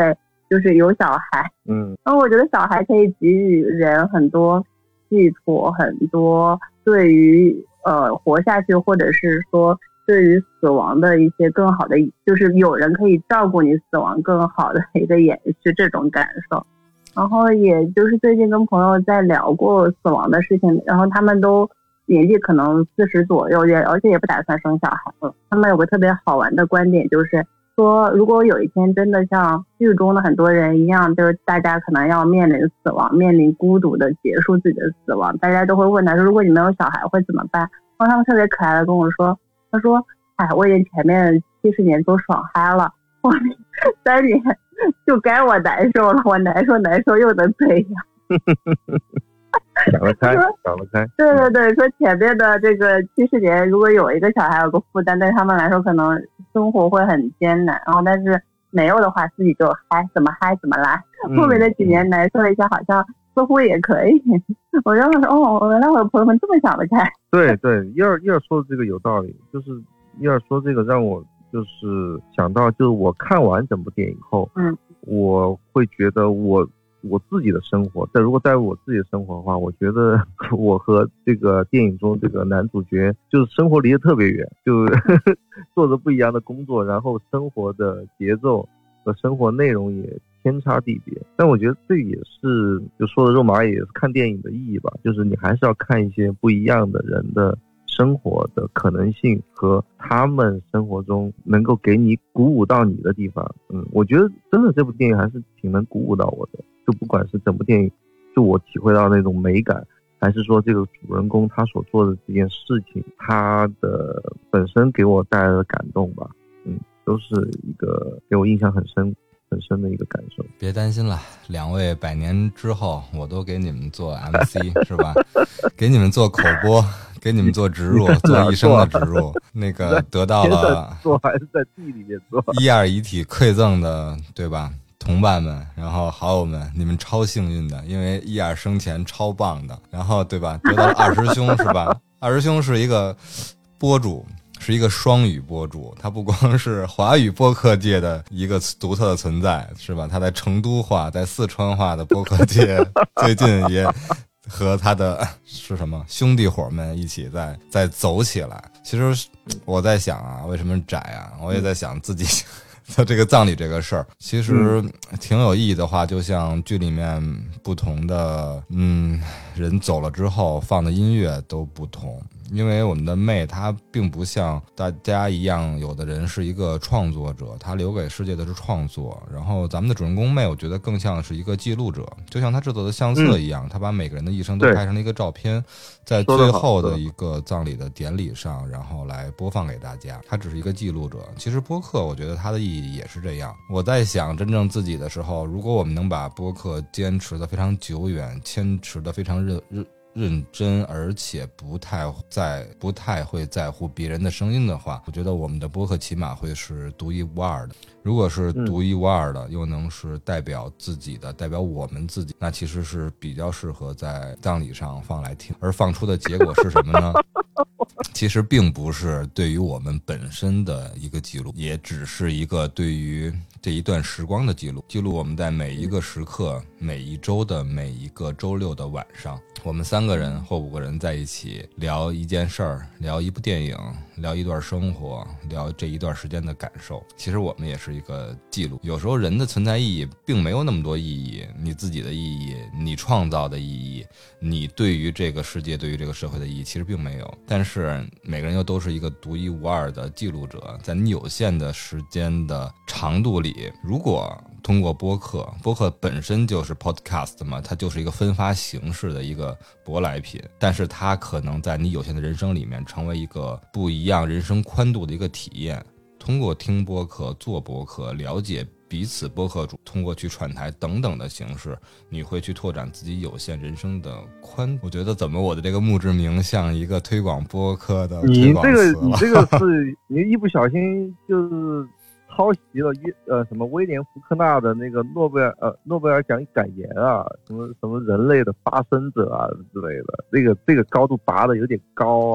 就是有小孩。然后我觉得小孩可以给予人很多寄托，很多对于活下去，或者是说对于死亡的一些更好的，就是有人可以照顾你死亡更好的一个延续这种感受。然后也就是最近跟朋友在聊过死亡的事情，然后他们都年纪可能40左右，而且也不打算生小孩了。他们有个特别好玩的观点，就是说如果有一天真的像剧中的很多人一样，就是大家可能要面临死亡，面临孤独的结束自己的死亡，大家都会问他说，如果你没有小孩会怎么办？然后他们特别可爱的跟我说，他说我已经前面70年都爽嗨了，后面3年就该我难受了，我难受又能怎样？ 想得开，想得开。 对对对，说前面的这个70年，如果有一个小孩有个负担，对他们来说可能生活会很艰难。然后但是没有的话，自己就怎么嗨怎么来。后面的几年难受一下，好像似乎也可以。我就说原来我的朋友们这么想得开。 对对，伊尔说的这个有道理，就是伊尔说这个让我就是想到，就是我看完整部电影后，我会觉得我自己的生活，如果在我自己的生活的话，我觉得我和这个电影中这个男主角就是生活离得特别远，就做着不一样的工作，然后生活的节奏和生活内容也天差地别。但我觉得这也是就说的肉麻，也是看电影的意义吧，就是你还是要看一些不一样的人的生活的可能性和他们生活中能够给你鼓舞到你的地方。我觉得真的这部电影还是挺能鼓舞到我的，就不管是整部电影就我体会到那种美感，还是说这个主人公他所做的这件事情他的本身给我带来的感动吧，都是一个给我印象很深的一个感受。 别担心了，2位100年之后我都给你们做 MC 是吧？给你们做口播，给你们做植入，做一生的植入。那个得到了做还是在地里面做 1·2遗体馈赠的，对吧？同伴们，然后好友们，你们超幸运的，因为1·2生前超棒的，然后对吧？得到了二师兄是吧？二师兄是一个播主，是一个双语播主，他不光是华语播客界的一个独特的存在，是吧？他在成都话、在四川话的播客界，最近也和他的是什么兄弟伙们一起在走起来。其实我在想啊，为什么窄啊？我也在想自己他这个葬礼这个事儿，其实挺有意义的话，就像剧里面不同的人走了之后放的音乐都不同。因为我们的妹她并不像大家一样，有的人是一个创作者，她留给世界的是创作，然后咱们的主人公妹我觉得更像是一个记录者，就像她制作的相册一样，她把每个人的一生都拍成了一个照片，在最后的一个葬礼的典礼上，然后来播放给大家，她只是一个记录者。其实播客我觉得它的意义也是这样。我在想真正自己的时候，如果我们能把播客坚持的非常久远，坚持的非常认真，而且不太会在乎别人的声音的话，我觉得我们的播客起码会是独一无二的。如果是独一无二的，又能是代表自己的，代表我们自己，那其实是比较适合在葬礼上放来听。而放出的结果是什么呢？其实并不是对于我们本身的一个记录，也只是一个对于这一段时光的记录，记录我们在每一个时刻、每一周的每一个周六的晚上，我们3个人或5个人在一起聊一件事儿，聊一部电影，聊一段生活，聊这一段时间的感受。其实我们也是一个记录。有时候人的存在意义并没有那么多意义，你自己的意义，你创造的意义，你对于这个世界、对于这个社会的意义，其实并没有。但是每个人又都是一个独一无二的记录者，在你有限的时间的长度里，如果通过播客本身就是 podcast 嘛，它就是一个分发形式的一个舶来品，但是它可能在你有限的人生里面成为一个不一样人生宽度的一个体验。通过听播客、做播客，了解彼此播客主，通过去串台等等的形式，你会去拓展自己有限人生的宽。我觉得怎么我的这个墓志铭像一个推广播客的推广词了。 你这个是你一不小心就是抄袭了什么威廉福克纳的那个诺贝尔奖感言啊，什么人类的发声者啊之类的，这个高度拔的有点高啊。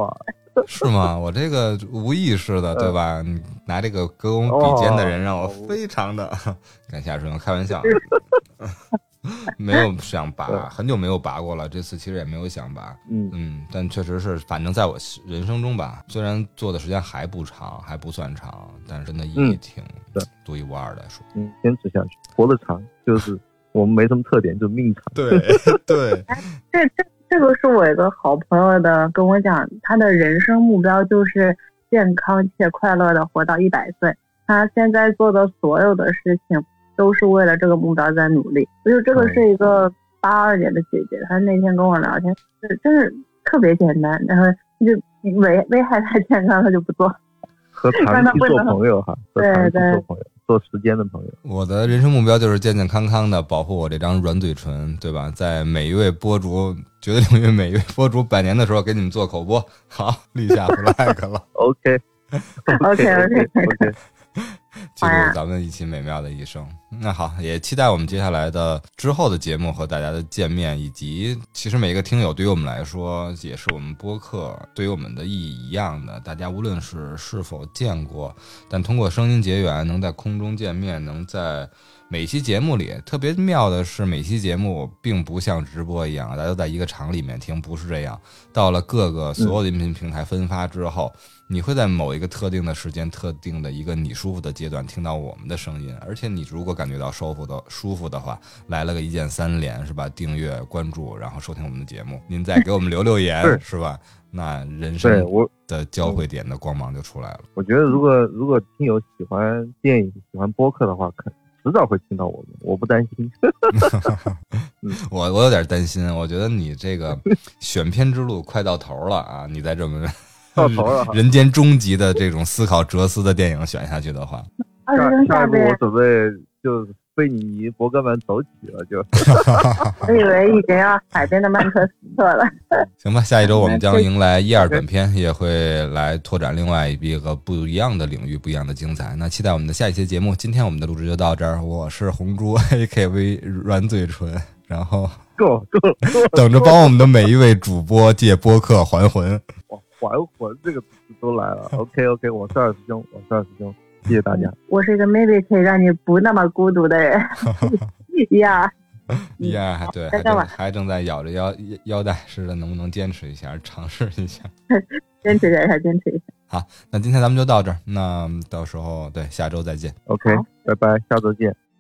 是吗？我这个无意识的，对吧？你拿这个跟我比肩的人让我非常的感谢阿顺，开玩笑。没有想拔，很久没有拔过了。这次其实也没有想拔，但确实是，反正在我人生中吧，虽然做的时间还不长，还不算长，但是真的意义挺独一无二的。说， 坚持下去，活得长，就是我们没什么特点，就命长。 对对， 这个是我一个好朋友的跟我讲，他的人生目标就是健康且快乐的活到100岁。他现在做的所有的事情都是为了这个目标在努力。我觉得这个是一个82年的姐姐，她那天跟我聊天，真是特别简单，然后就危害她健康，她就不做。 和长期做朋友哈，和长期做朋友，做时间的朋友。 我的人生目标就是健健康康的保护我这张软嘴唇，对吧？在每一位博主绝对领域，每一位博主100年的时候给你们做口播，好，立下 flag 了。 OK。 记录咱们一起美妙的一生。那好，也期待我们接下来的之后的节目和大家的见面，以及其实每一个听友对于我们来说也是我们播客对于我们的意义一样的，大家无论是否见过，但通过声音结缘，能在空中见面，能在每期节目里，特别妙的是每期节目并不像直播一样大家都在一个场里面听，不是这样，到了各个所有的音频平台分发之后，你会在某一个特定的时间，特定的一个你舒服的阶段听到我们的声音，而且你如果感觉到舒服的话，来了个一键3连，是吧？订阅、关注，然后收听我们的节目，您再给我们留言，是吧？那人生的交汇点的光芒就出来了。 我觉得如果听友喜欢电影、喜欢播客的话，迟早会听到我们，我不担心。 我有点担心，我觉得你这个选片之路快到头了啊！你再这么到头了， 人间终极的这种思考哲思的电影选下去的话， 下一步我准备就贝尼尼伯格曼走起了，就我以为已经要海边的曼彻斯特了。 行吧，下一周我们将迎来1、2短片，也会来拓展另外一个不一样的领域，不一样的精彩。那期待我们的下一期节目。今天我们的录制就到这儿，我是红猪 AKV 软嘴唇，然后等着帮我们的每一位主播借播客还魂。 还魂这个词都来了。OK， 我是二师兄，谢谢大家。 我是一个 maybe 可以让你不那么孤独的人。 对，还正在咬着腰带似的，能不能坚持一下，尝试一下？ 坚持一下。 好，那今天咱们就到这儿，那到时候下周再见。 OK，拜拜，下周见。